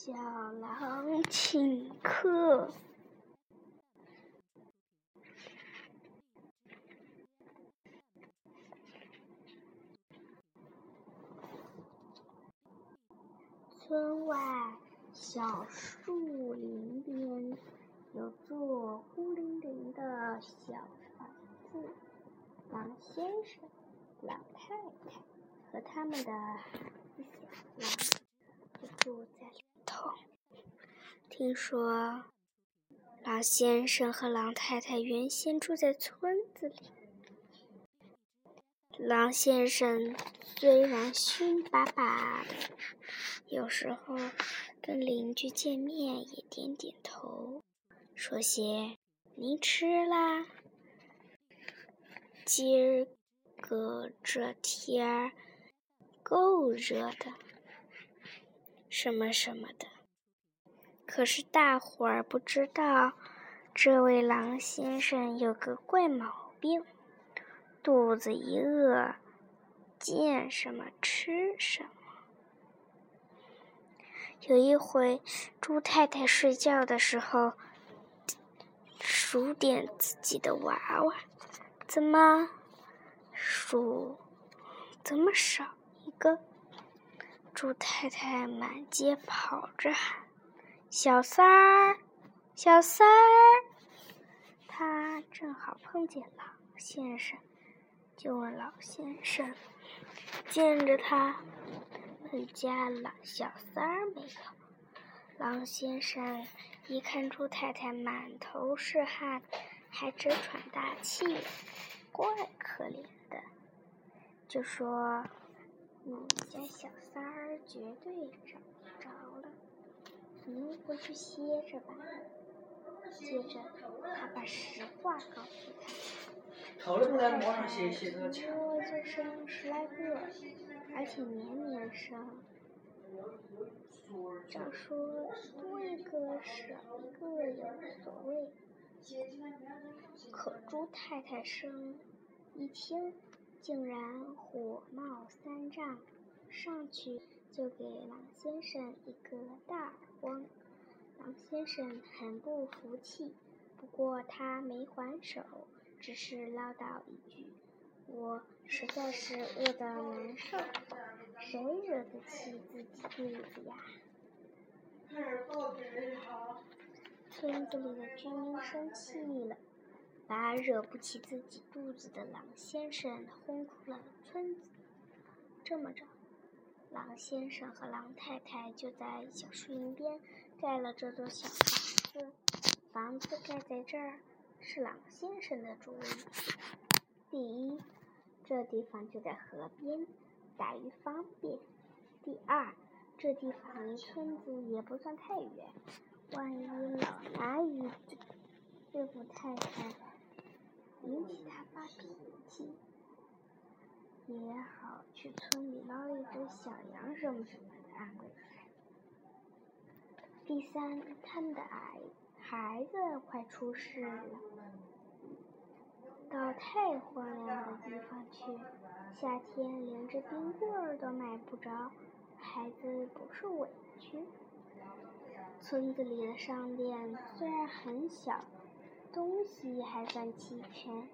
小狼请客。村外小树林边有座孤零零的小房子，狼先生、老太太和他们的孩子小狼就住在里头。听说狼先生和狼太太原先住在村子里。狼先生虽然凶巴巴的，有时候跟邻居见面也点点头，说些您吃啦，今儿个这天儿够热的，什么什么的。可是大伙儿不知道，这位狼先生有个怪毛病，肚子一饿，见什么吃什么。有一回，猪太太睡觉的时候，数点自己的娃娃，怎么数这么少一个？猪太太满街跑着喊：“小三儿，小三儿！”她正好碰见老先生，就问老先生：“见着他们家小三儿没有？”狼先生一看猪太太满头是汗，还直喘大气，怪可怜的，就说：“你家小三儿绝对找不着了，您回去歇着吧。”接着他把实话告诉他。猪太太一窝就生10来个，而且年年生。照说多一个少一个也无所谓，可猪太太生一听，竟然火冒三丈，上去就给狼先生一个大耳光。狼先生很不服气，不过他没还手，只是唠叨一句：“我实在是饿得难受，谁惹得起自己肚子呀？”村子里的居民生气了，把惹不起自己肚子的狼先生轰出了村子。这么着，狼先生和狼太太就在小树林边盖了这座小房子。房子盖在这儿是狼先生的主意。第一，这地方就在河边，大于方便；第二，这地方离村子也不算太远，万一老拿一对付太太，引起他发脾气，也好去村里捞一只小羊什么什么的安慰他。第三，他们的孩子快出事了，到太荒凉的地方去，夏天连只冰棍儿都买不着，孩子不是委屈。村子里的商店虽然很小，东西还算齐全。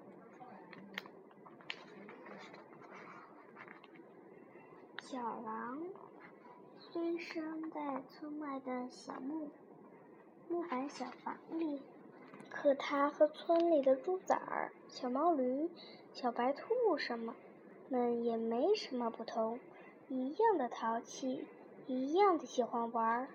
小狼虽生在村外的小木板小房里，可它和村里的猪崽儿、小毛驴、小白兔什么们也没什么不同，一样的淘气，一样的喜欢玩。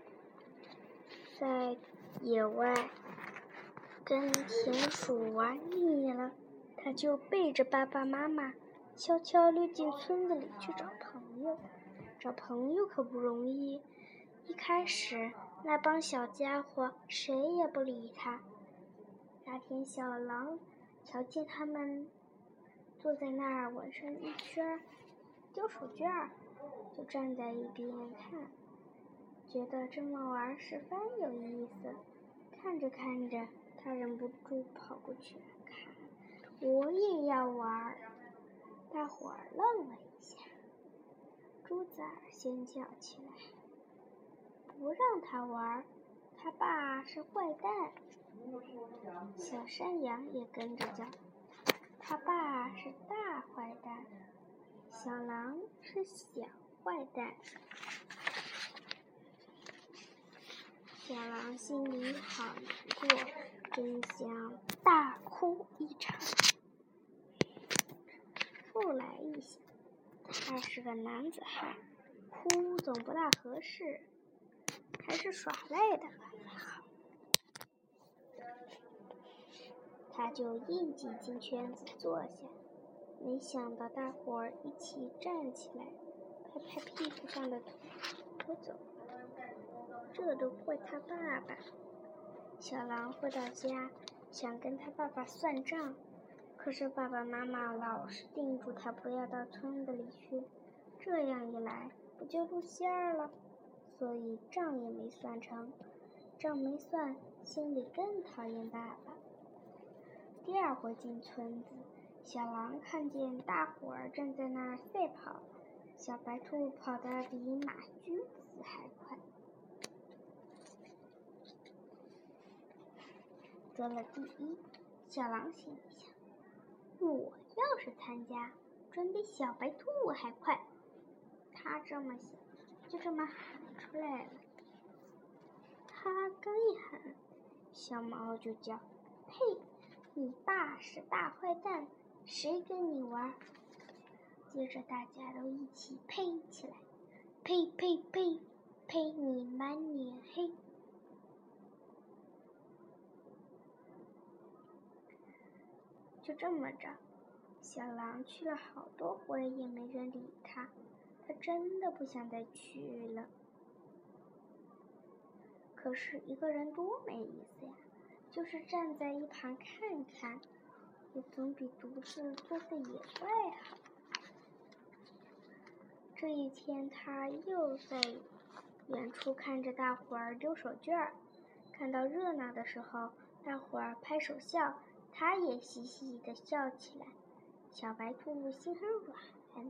在野外跟田鼠玩腻了，它就背着爸爸妈妈悄悄溜进村子里去找朋友。找朋友可不容易，一开始那帮小家伙谁也不理他。那天小狼瞧见他们坐在那儿围成一圈丢手绢，就站在一边看，觉得这么玩十分有意思。看着看着，他忍不住跑过去看，我也要玩。大伙儿愣了一下，猪崽儿先叫起来：“ 不让他玩，他爸是坏蛋。小山羊也跟着叫，他爸是大坏蛋，小狼是小坏蛋。小狼心里好难过，真想大哭一场。后来一想，他是个男子汉，哭总不大合适，还是耍赖的吧才好。他就硬挤进圈子坐下，没想到大伙儿一起站起来，拍拍屁股上的土，拖走。这都怪他爸爸。小狼回到家，想跟他爸爸算账，可是爸爸妈妈老是叮嘱他不要到村子里去，这样一来不就露馅儿了？所以账也没算成，账没算，心里更讨厌爸爸。第二回进村子，小狼看见大伙儿正在那儿赛跑，小白兔跑得比马驹子还快，得了第一。小狼心里想，我要是参加，准比小白兔还快。他这么想，就这么喊出来了。他刚一喊，小猫就叫，呸！你爸是大坏蛋，谁跟你玩？接着大家都一起呸起来，呸呸呸，呸你满脸黑。就这么着，小狼去了好多回也没人理他，他真的不想再去了。可是一个人多没意思呀，就是站在一旁看看，也总比独自做个野外好。这一天，他又在远处看着大伙儿丢手绢儿，看到热闹的时候，大伙儿拍手笑，他也嘻嘻地笑起来。小白兔心很软，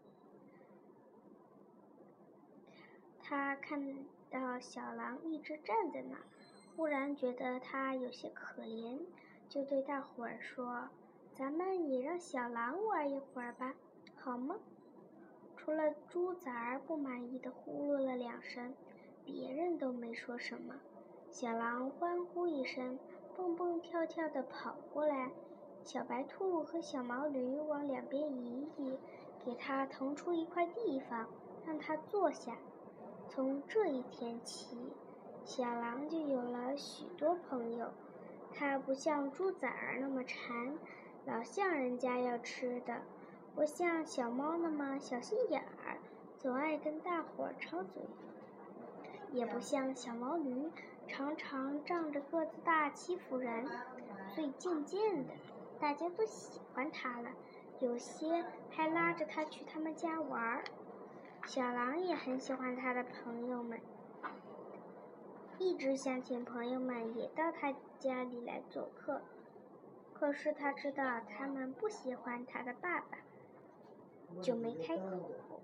他看到小狼一直站在那儿，忽然觉得他有些可怜，就对大伙儿说：“咱们也让小狼玩一会儿吧，好吗？”除了猪崽儿不满意的呼噜了2声，别人都没说什么。小狼欢呼一声，蹦蹦跳跳地跑过来。小白兔和小毛驴往两边移移，给它腾出一块地方，让它坐下。从这一天起，小狼就有了许多朋友。它不像猪崽儿那么馋，老向人家要吃的；不像小猫那么小心眼儿，总爱跟大伙儿吵嘴；也不像小毛驴，常常仗着个子大欺负人。所以渐渐的，大家都喜欢它了，有些还拉着它去他们家玩儿。小狼也很喜欢他的朋友们，一直想请朋友们也到他家里来做客。可是他知道他们不喜欢他的爸爸，就没开口。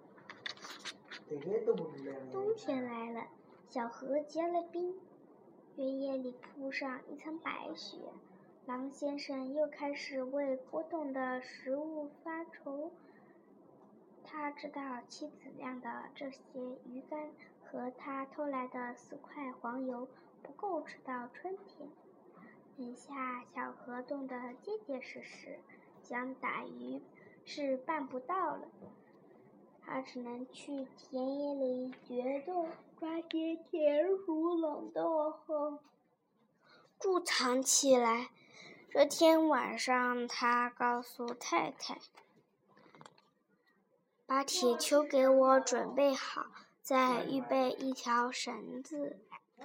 冬天来了，小河结了冰，原野里铺上一层白雪。狼先生又开始为过冬的食物发愁。他知道妻子酿的这些鱼干和他偷来的4块黄油不够吃到春天。眼下小河冻得结结实实，想打鱼是办不到了。他只能去田野里掘洞，抓些田鼠冷冻后贮藏起来。这天晚上，他告诉太太，把铁球给我准备好，再预备一条绳子，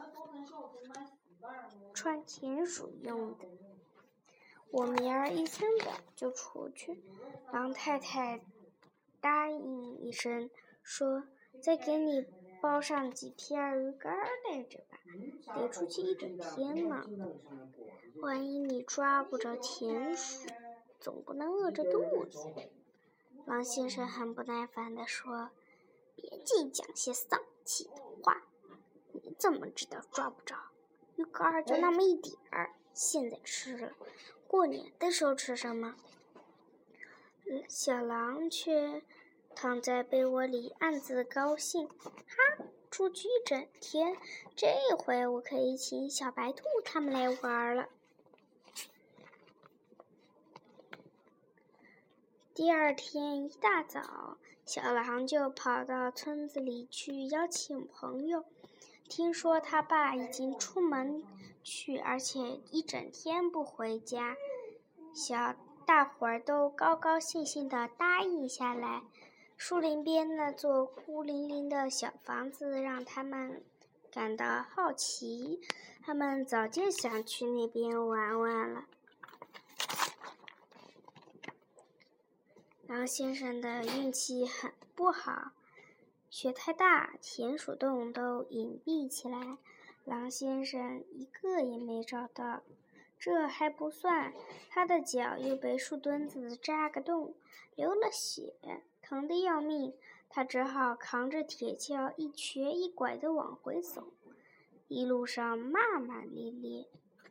穿田鼠用的。我明儿一清早就出去。狼太太答应一声，说：“再给你包上几片鱼干带着吧，得出去一整天呢。万一你抓不着田鼠，总不能饿着肚子。”狼先生很不耐烦地说：“别净讲些丧气的话，你你怎么知道抓不着？鱼竿就那么一点儿，现在吃了，过年的时候吃什么？小狼却躺在被窝里暗自高兴，哈，出去一整天，这回我可以请小白兔他们来玩了。第二天一大早，小狼就跑到村子里去邀请朋友。听说他爸已经出门去，而且一整天不回家，大伙儿都高高兴兴地答应下来。树林边那座孤零零的小房子让他们感到好奇，他们早就想去那边玩玩了。狼先生的运气很不好，雪太大，田鼠洞都隐蔽起来，狼先生一个也没找到。这还不算，他的脚又被树墩子扎个洞，流了血，疼得要命。他只好扛着铁锹一瘸一拐地往回走，一路上骂骂咧咧。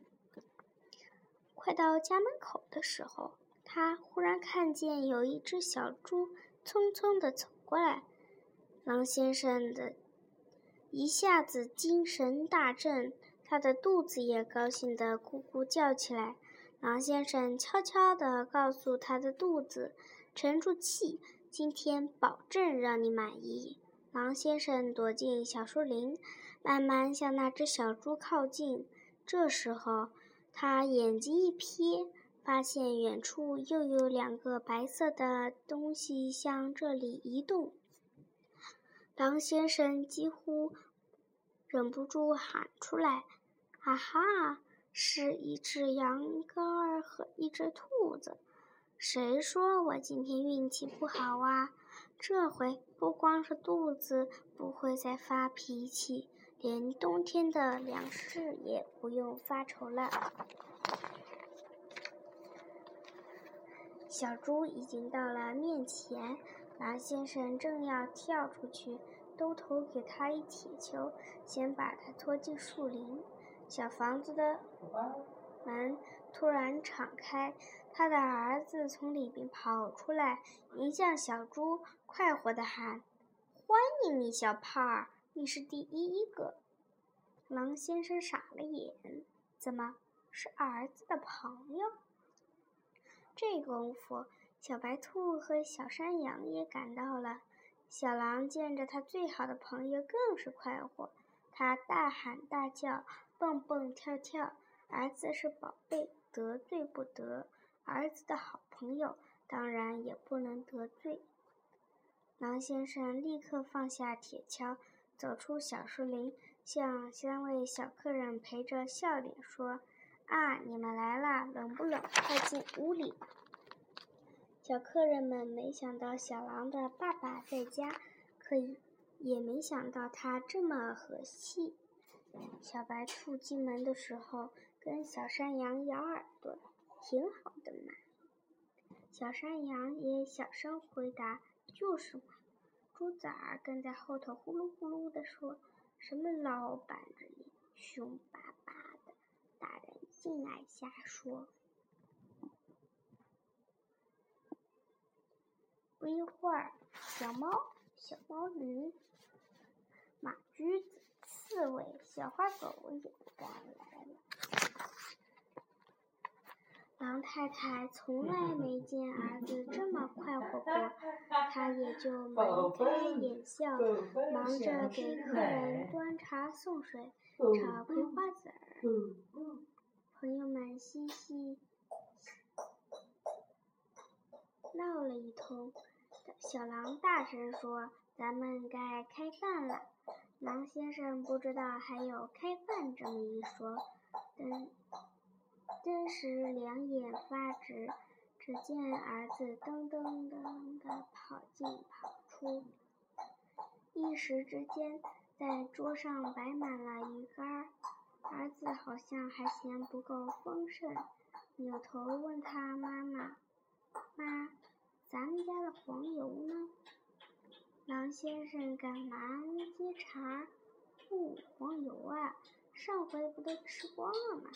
快到家门口的时候，他忽然看见有一只小猪匆匆地走过来，狼先生的一下子精神大振，他的肚子也高兴地咕咕叫起来。狼先生悄悄地告诉他的肚子，沉住气，今天保证让你满意。狼先生躲进小树林，慢慢向那只小猪靠近。这时候，他眼睛一瞥，发现远处又有两个白色的东西向这里移动。狼先生几乎忍不住喊出来：“啊哈，是一只羊羔儿和一只兔子！谁说我今天运气不好啊？这回不光是肚子不会再发脾气，连冬天的粮食也不用发愁了。”小猪已经到了面前，狼先生正要跳出去，兜头给他一铁锹，先把他拖进树林。小房子的门突然敞开，他的儿子从里边跑出来，迎向小猪，快活地喊：“欢迎你，小胖儿，你是第一个。”狼先生傻了眼，怎么是儿子的朋友？这功夫，小白兔和小山羊也赶到了。小狼见着他最好的朋友更是快活，他大喊大叫，蹦蹦跳跳。儿子是宝贝，得罪不得；儿子的好朋友，当然也不能得罪。狼先生立刻放下铁锹，走出小树林，向三位小客人陪着笑脸说：“啊，你们来啦，冷不冷？快进屋里。”小客人们没想到小狼的爸爸在家，也没想到他这么和气。小白兔进门的时候，跟小山羊咬耳朵，挺好的嘛。小山羊也小声回答：“就是嘛。”猪崽儿跟在后头呼噜呼噜地说：“什么老板这里凶巴巴的，大人净爱瞎说。”不一会儿，小猫、小毛驴、马驹子、刺猬、小花狗也赶来了。狼太太从来没见儿子这么快活过，她也就眉开眼笑，忙着给客人端茶送水、炒葵花籽儿。朋友们嘻嘻闹了一通。小狼大声说：“咱们该开饭了。”狼先生不知道还有开饭这么一说，顿时两眼发直。只见儿子噔噔噔地跑进跑出，一时之间在桌上摆满了鱼干。儿子好像还嫌不够丰盛，扭头问他妈妈：“妈，咱们家的黄油呢？”狼先生赶忙接茬：“不， 黄油啊，上回不都吃光了吗？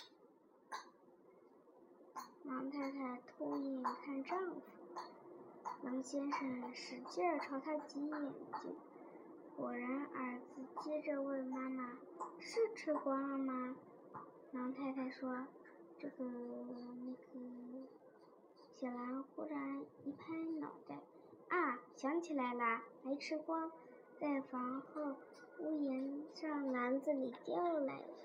狼太太偷眼看丈夫，狼先生使劲朝他挤眼睛。果然，儿子接着问妈妈：“是吃光了吗？”狼太太说：“那个。”小狼忽然一拍脑袋：“啊，想起来啦，没吃光，在房后屋檐上篮子里掉来了。”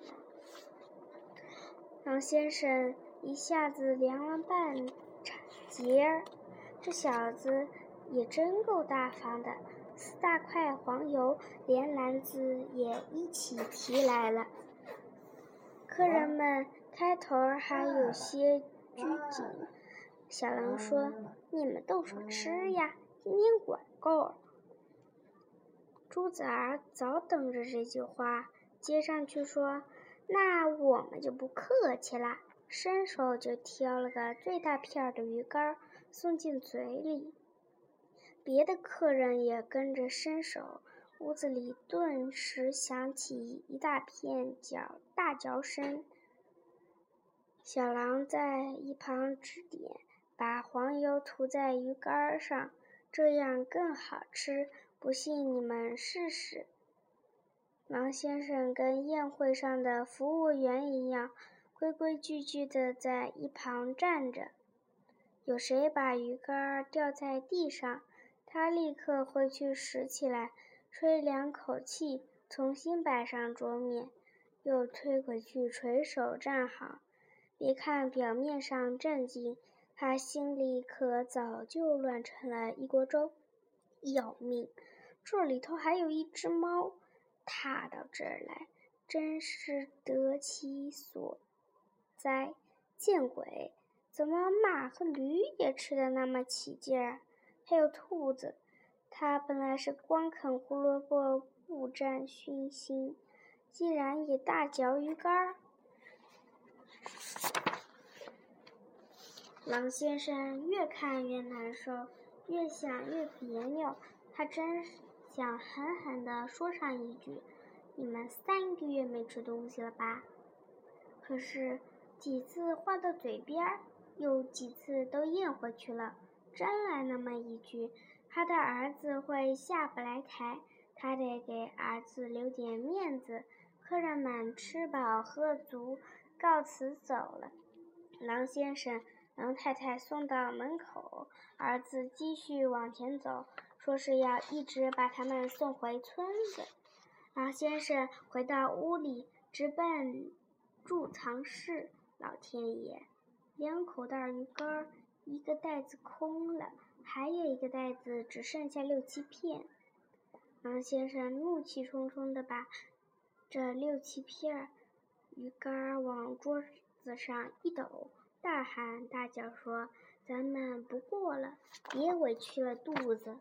狼先生一下子凉了半截儿，这小子也真够大方的，4大块黄油连篮子也一起提来了。客人们开头还有些拘谨，小狼说：“你们动手吃呀，今天管够。”朱子儿早等着这句话，接上去说：“那我们就不客气啦。”伸手就挑了个最大片的鱼干送进嘴里。别的客人也跟着伸手，屋子里顿时响起一大片大嚼声。小狼在一旁指点，把黄油涂在鱼干上，这样更好吃，不信你们试试。狼先生跟宴会上的服务员一样，规规矩矩地在一旁站着。有谁把鱼干掉在地上，他立刻会去拾起来，吹2口气，重新摆上桌面，又推回去垂手站好。别看表面上镇静，他心里可早就乱成了一锅粥。要命，这里头还有一只猫，踏到这儿来，真是得其所哉！见鬼，怎么马和驴也吃得那么起劲儿？还有兔子，它本来是光啃胡萝卜不沾熏腥，竟然也大嚼鱼干儿。狼先生越看越难受，越想越别扭，他真想狠狠地说上一句：“你们3个月没吃东西了吧？”可是几次话到嘴边，又几次都咽回去了。真来那么一句，他的儿子会下不来台，他得给儿子留点面子。客人们吃饱喝足，告辞走了。狼先生、狼太太送到门口，儿子继续往前走，说是要一直把他们送回村子。狼先生回到屋里，直奔贮藏室。老天爷，2口袋鱼干，一个袋子空了，还有一个袋子只剩下6、7片。狼先生怒气冲冲地把这6、7片鱼干往桌子上一抖，大喊大叫说：“咱们不过了，别委屈了肚子。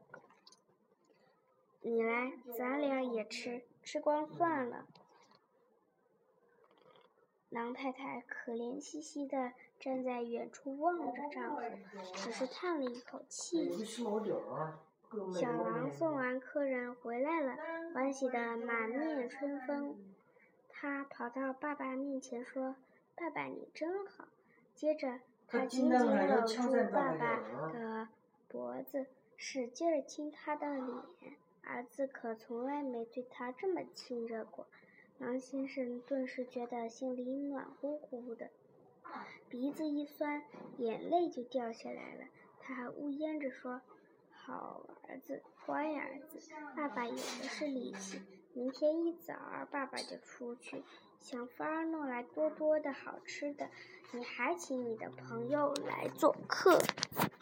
你来，咱俩也吃光算了。”狼太太可怜兮兮地站在远处望着丈夫，只是叹了一口气。小狼送完客人回来了，欢喜得满面春风。他跑到爸爸面前说：“爸爸你真好。”接着他紧紧搂住爸爸的脖子，使劲亲他的脸。儿子可从来没对他这么亲热过。狼先生顿时觉得心里暖乎乎的，鼻子一酸，眼泪就掉下来了。他还呜咽着说：“好儿子，乖儿子，爸爸有的是力气。明天一早爸爸就出去，想法弄来多多的好吃的，你还请你的朋友来做客。”